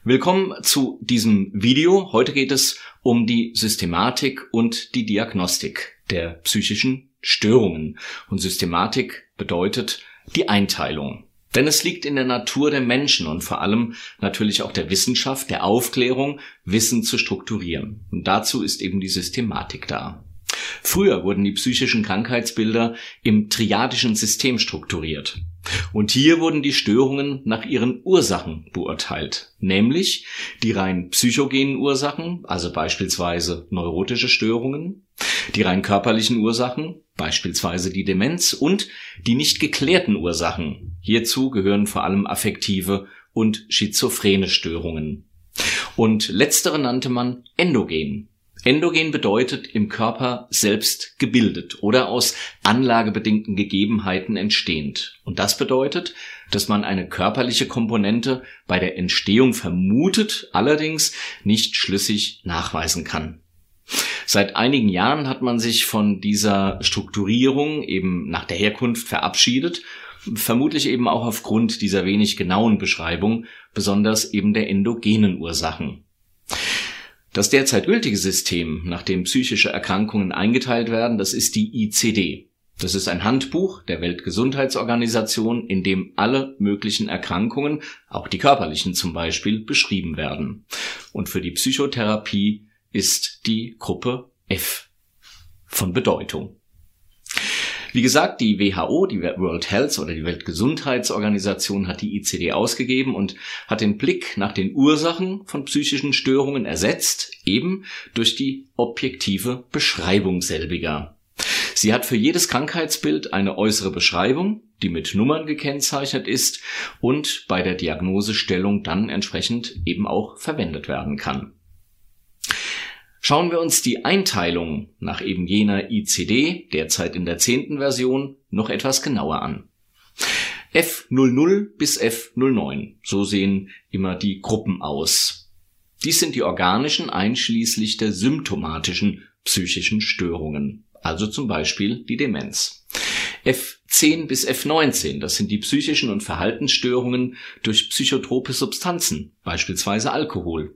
Willkommen zu diesem Video. Heute geht es um die Systematik und die Diagnostik der psychischen Störungen. Und Systematik bedeutet die Einteilung. Denn es liegt in der Natur der Menschen und vor allem natürlich auch der Wissenschaft, der Aufklärung, Wissen zu strukturieren. Und dazu ist eben die Systematik da. Früher wurden die psychischen Krankheitsbilder im triadischen System strukturiert. Und hier wurden die Störungen nach ihren Ursachen beurteilt, nämlich die rein psychogenen Ursachen, also beispielsweise neurotische Störungen, die rein körperlichen Ursachen, beispielsweise die Demenz, und die nicht geklärten Ursachen. Hierzu gehören vor allem affektive und schizophrene Störungen. Und letztere nannte man endogen. Endogen bedeutet im Körper selbst gebildet oder aus anlagebedingten Gegebenheiten entstehend. Und das bedeutet, dass man eine körperliche Komponente bei der Entstehung vermutet, allerdings nicht schlüssig nachweisen kann. Seit einigen Jahren hat man sich von dieser Strukturierung eben nach der Herkunft verabschiedet, vermutlich eben auch aufgrund dieser wenig genauen Beschreibung, besonders eben der endogenen Ursachen. Das derzeit gültige System, nach dem psychische Erkrankungen eingeteilt werden, das ist die ICD. Das ist ein Handbuch der Weltgesundheitsorganisation, in dem alle möglichen Erkrankungen, auch die körperlichen zum Beispiel, beschrieben werden. Und für die Psychotherapie ist die Gruppe F von Bedeutung. Wie gesagt, die WHO, die World Health oder die Weltgesundheitsorganisation hat die ICD ausgegeben und hat den Blick nach den Ursachen von psychischen Störungen ersetzt, eben durch die objektive Beschreibung selbiger. Sie hat für jedes Krankheitsbild eine äußere Beschreibung, die mit Nummern gekennzeichnet ist und bei der Diagnosestellung dann entsprechend eben auch verwendet werden kann. Schauen wir uns die Einteilung nach eben jener ICD, derzeit in der 10. Version, noch etwas genauer an. F00 bis F09, so sehen immer die Gruppen aus. Dies sind die organischen einschließlich der symptomatischen psychischen Störungen, also zum Beispiel die Demenz. F10 bis F19, das sind die psychischen und Verhaltensstörungen durch psychotrope Substanzen, beispielsweise Alkohol.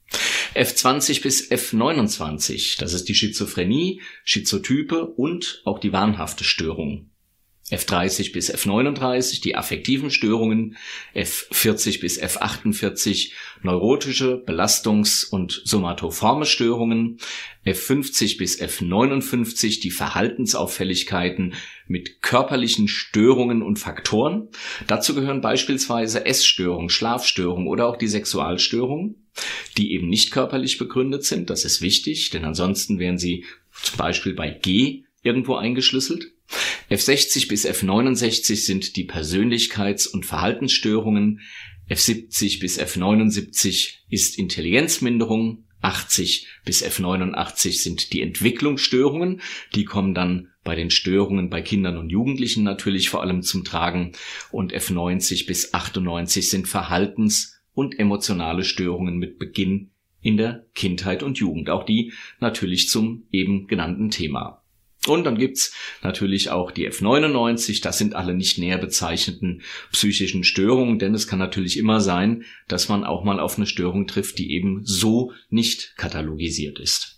F20 bis F29, das ist die Schizophrenie, Schizotype und auch die wahnhafte Störung. F30 bis F39, die affektiven Störungen, F40 bis F48, neurotische, belastungs- und somatoforme Störungen, F50 bis F59, die Verhaltensauffälligkeiten mit körperlichen Störungen und Faktoren. Dazu gehören beispielsweise Essstörung, Schlafstörung oder auch die Sexualstörung, die eben nicht körperlich begründet sind. Das ist wichtig, denn ansonsten wären sie zum Beispiel bei G irgendwo eingeschlüsselt. F60 bis F69 sind die Persönlichkeits- und Verhaltensstörungen. F70 bis F79 ist Intelligenzminderung. 80 bis F89 sind die Entwicklungsstörungen. Die kommen dann bei den Störungen bei Kindern und Jugendlichen natürlich vor allem zum Tragen. Und F90 bis 98 sind Verhaltens- und emotionale Störungen mit Beginn in der Kindheit und Jugend. Auch die natürlich zum eben genannten Thema. Und dann gibt's natürlich auch die F99, das sind alle nicht näher bezeichneten psychischen Störungen, denn es kann natürlich immer sein, dass man auch mal auf eine Störung trifft, die eben so nicht katalogisiert ist.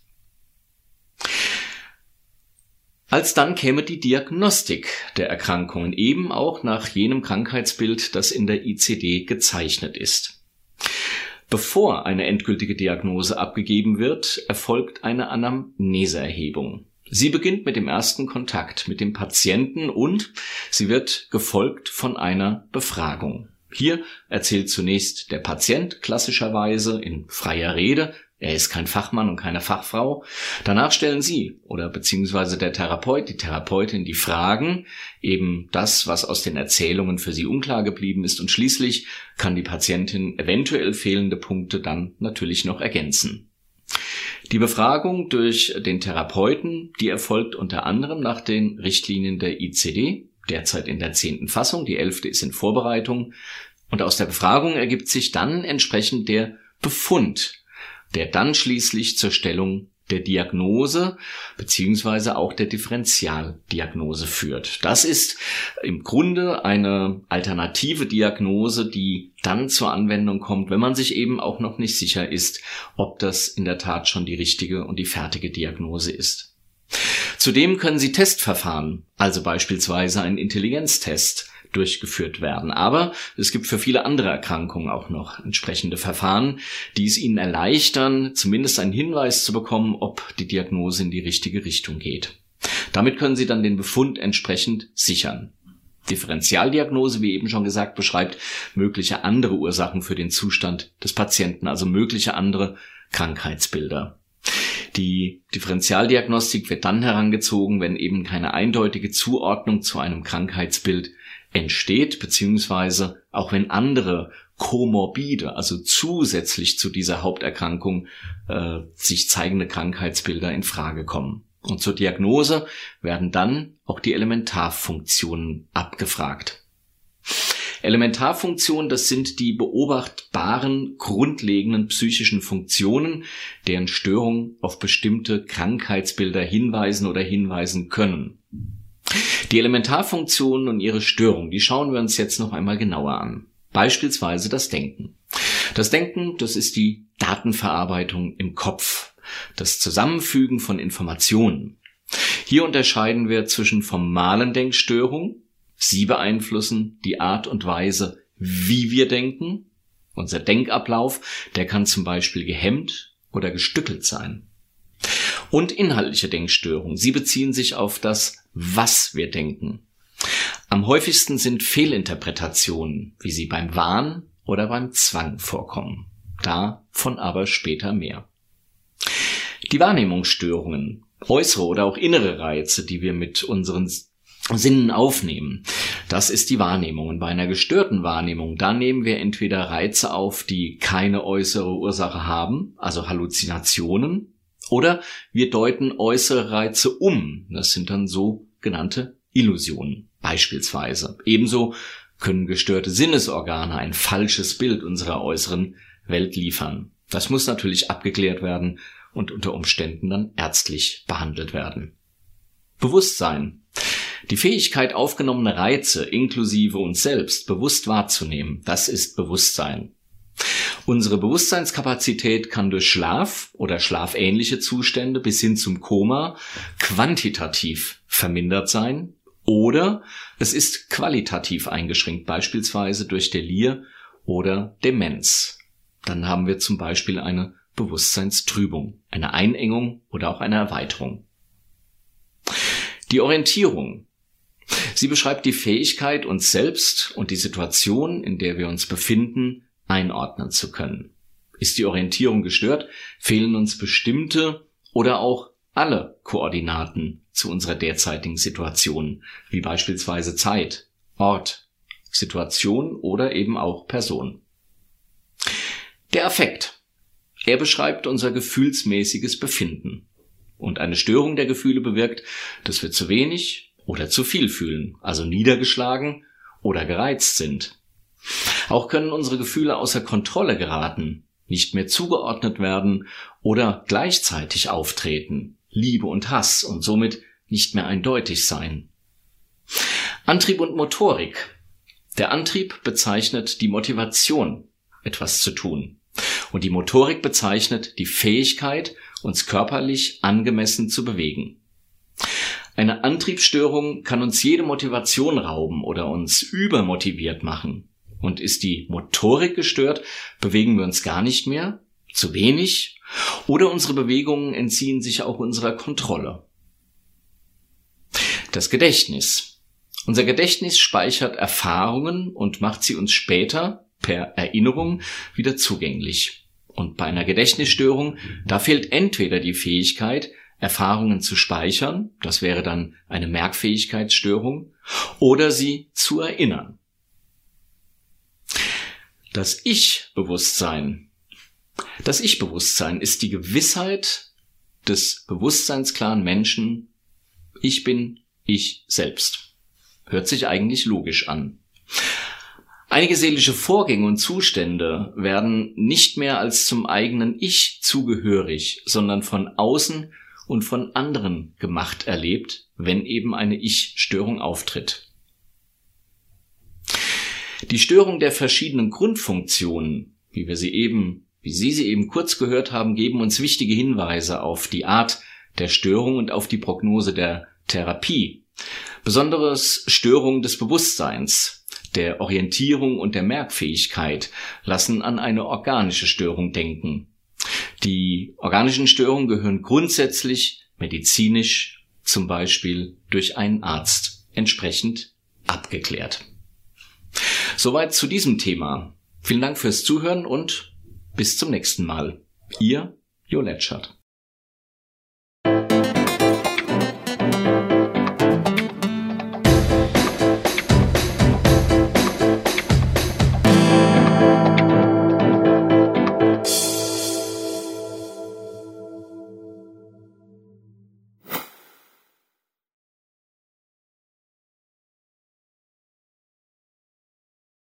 Alsdann käme die Diagnostik der Erkrankungen eben auch nach jenem Krankheitsbild, das in der ICD gezeichnet ist. Bevor eine endgültige Diagnose abgegeben wird, erfolgt eine Anamneseerhebung. Sie beginnt mit dem ersten Kontakt mit dem Patienten und sie wird gefolgt von einer Befragung. Hier erzählt zunächst der Patient klassischerweise in freier Rede, er ist kein Fachmann und keine Fachfrau. Danach stellen Sie oder beziehungsweise der Therapeut, die Therapeutin die Fragen, eben das, was aus den Erzählungen für Sie unklar geblieben ist, und schließlich kann die Patientin eventuell fehlende Punkte dann natürlich noch ergänzen. Die Befragung durch den Therapeuten, die erfolgt unter anderem nach den Richtlinien der ICD, derzeit in der 10. Fassung, die 11. ist in Vorbereitung. Und aus der Befragung ergibt sich dann entsprechend der Befund, der dann schließlich zur Stellung der Diagnose beziehungsweise auch der Differentialdiagnose führt. Das ist im Grunde eine alternative Diagnose, die dann zur Anwendung kommt, wenn man sich eben auch noch nicht sicher ist, ob das in der Tat schon die richtige und die fertige Diagnose ist. Zudem können Sie Testverfahren, also beispielsweise ein Intelligenztest, durchgeführt werden. Aber es gibt für viele andere Erkrankungen auch noch entsprechende Verfahren, die es Ihnen erleichtern, zumindest einen Hinweis zu bekommen, ob die Diagnose in die richtige Richtung geht. Damit können Sie dann den Befund entsprechend sichern. Differentialdiagnose, wie eben schon gesagt, beschreibt mögliche andere Ursachen für den Zustand des Patienten, also mögliche andere Krankheitsbilder. Die Differentialdiagnostik wird dann herangezogen, wenn eben keine eindeutige Zuordnung zu einem Krankheitsbild entsteht, beziehungsweise auch wenn andere komorbide, also zusätzlich zu dieser Haupterkrankung sich zeigende Krankheitsbilder in Frage kommen. Und zur Diagnose werden dann auch die Elementarfunktionen abgefragt. Elementarfunktionen, das sind die beobachtbaren, grundlegenden psychischen Funktionen, deren Störungen auf bestimmte Krankheitsbilder hinweisen oder hinweisen können. Die Elementarfunktionen und ihre Störung, die schauen wir uns jetzt noch einmal genauer an. Beispielsweise das Denken. Das Denken, das ist die Datenverarbeitung im Kopf, das Zusammenfügen von Informationen. Hier unterscheiden wir zwischen formalen Denkstörungen. Sie beeinflussen die Art und Weise, wie wir denken. Unser Denkablauf, der kann zum Beispiel gehemmt oder gestückelt sein. Und inhaltliche Denkstörungen. Sie beziehen sich auf das, was wir denken. Am häufigsten sind Fehlinterpretationen, wie sie beim Wahn oder beim Zwang vorkommen. Davon aber später mehr. Die Wahrnehmungsstörungen, äußere oder auch innere Reize, die wir mit unseren Sinnen aufnehmen. Das ist die Wahrnehmung. Und bei einer gestörten Wahrnehmung, da nehmen wir entweder Reize auf, die keine äußere Ursache haben, also Halluzinationen, oder wir deuten äußere Reize um. Das sind dann sogenannte Illusionen beispielsweise. Ebenso können gestörte Sinnesorgane ein falsches Bild unserer äußeren Welt liefern. Das muss natürlich abgeklärt werden und unter Umständen dann ärztlich behandelt werden. Bewusstsein. Die Fähigkeit, aufgenommene Reize inklusive uns selbst bewusst wahrzunehmen, das ist Bewusstsein. Unsere Bewusstseinskapazität kann durch Schlaf oder schlafähnliche Zustände bis hin zum Koma quantitativ vermindert sein oder es ist qualitativ eingeschränkt, beispielsweise durch Delir oder Demenz. Dann haben wir zum Beispiel eine Bewusstseinstrübung, eine Einengung oder auch eine Erweiterung. Die Orientierung. Sie beschreibt die Fähigkeit, uns selbst und die Situation, in der wir uns befinden, einordnen zu können. Ist die Orientierung gestört, fehlen uns bestimmte oder auch alle Koordinaten zu unserer derzeitigen Situation, wie beispielsweise Zeit, Ort, Situation oder eben auch Person. Der Affekt. Er beschreibt unser gefühlsmäßiges Befinden. Und eine Störung der Gefühle bewirkt, dass wir zu wenig oder zu viel fühlen, also niedergeschlagen oder gereizt sind. Auch können unsere Gefühle außer Kontrolle geraten, nicht mehr zugeordnet werden oder gleichzeitig auftreten, Liebe und Hass und somit nicht mehr eindeutig sein. Antrieb und Motorik. Der Antrieb bezeichnet die Motivation, etwas zu tun. Und die Motorik bezeichnet die Fähigkeit, uns körperlich angemessen zu bewegen. Eine Antriebsstörung kann uns jede Motivation rauben oder uns übermotiviert machen. Und ist die Motorik gestört, bewegen wir uns gar nicht mehr, zu wenig, oder unsere Bewegungen entziehen sich auch unserer Kontrolle. Das Gedächtnis. Unser Gedächtnis speichert Erfahrungen und macht sie uns später per Erinnerung wieder zugänglich. Und bei einer Gedächtnisstörung, da fehlt entweder die Fähigkeit, Erfahrungen zu speichern, das wäre dann eine Merkfähigkeitsstörung, oder sie zu erinnern. Das Ich-Bewusstsein. Das Ich-Bewusstsein ist die Gewissheit des bewusstseinsklaren Menschen, ich bin ich selbst. Hört sich eigentlich logisch an. Einige seelische Vorgänge und Zustände werden nicht mehr als zum eigenen Ich zugehörig, sondern von außen und von anderen gemacht erlebt, wenn eben eine Ich-Störung auftritt. Die Störung der verschiedenen Grundfunktionen, wie Sie sie eben kurz gehört haben, geben uns wichtige Hinweise auf die Art der Störung und auf die Prognose der Therapie. Besonders Störungen des Bewusstseins, der Orientierung und der Merkfähigkeit lassen an eine organische Störung denken. Die organischen Störungen gehören grundsätzlich medizinisch, zum Beispiel durch einen Arzt, entsprechend abgeklärt. Soweit zu diesem Thema. Vielen Dank fürs Zuhören und bis zum nächsten Mal. Ihr Jo Letschert.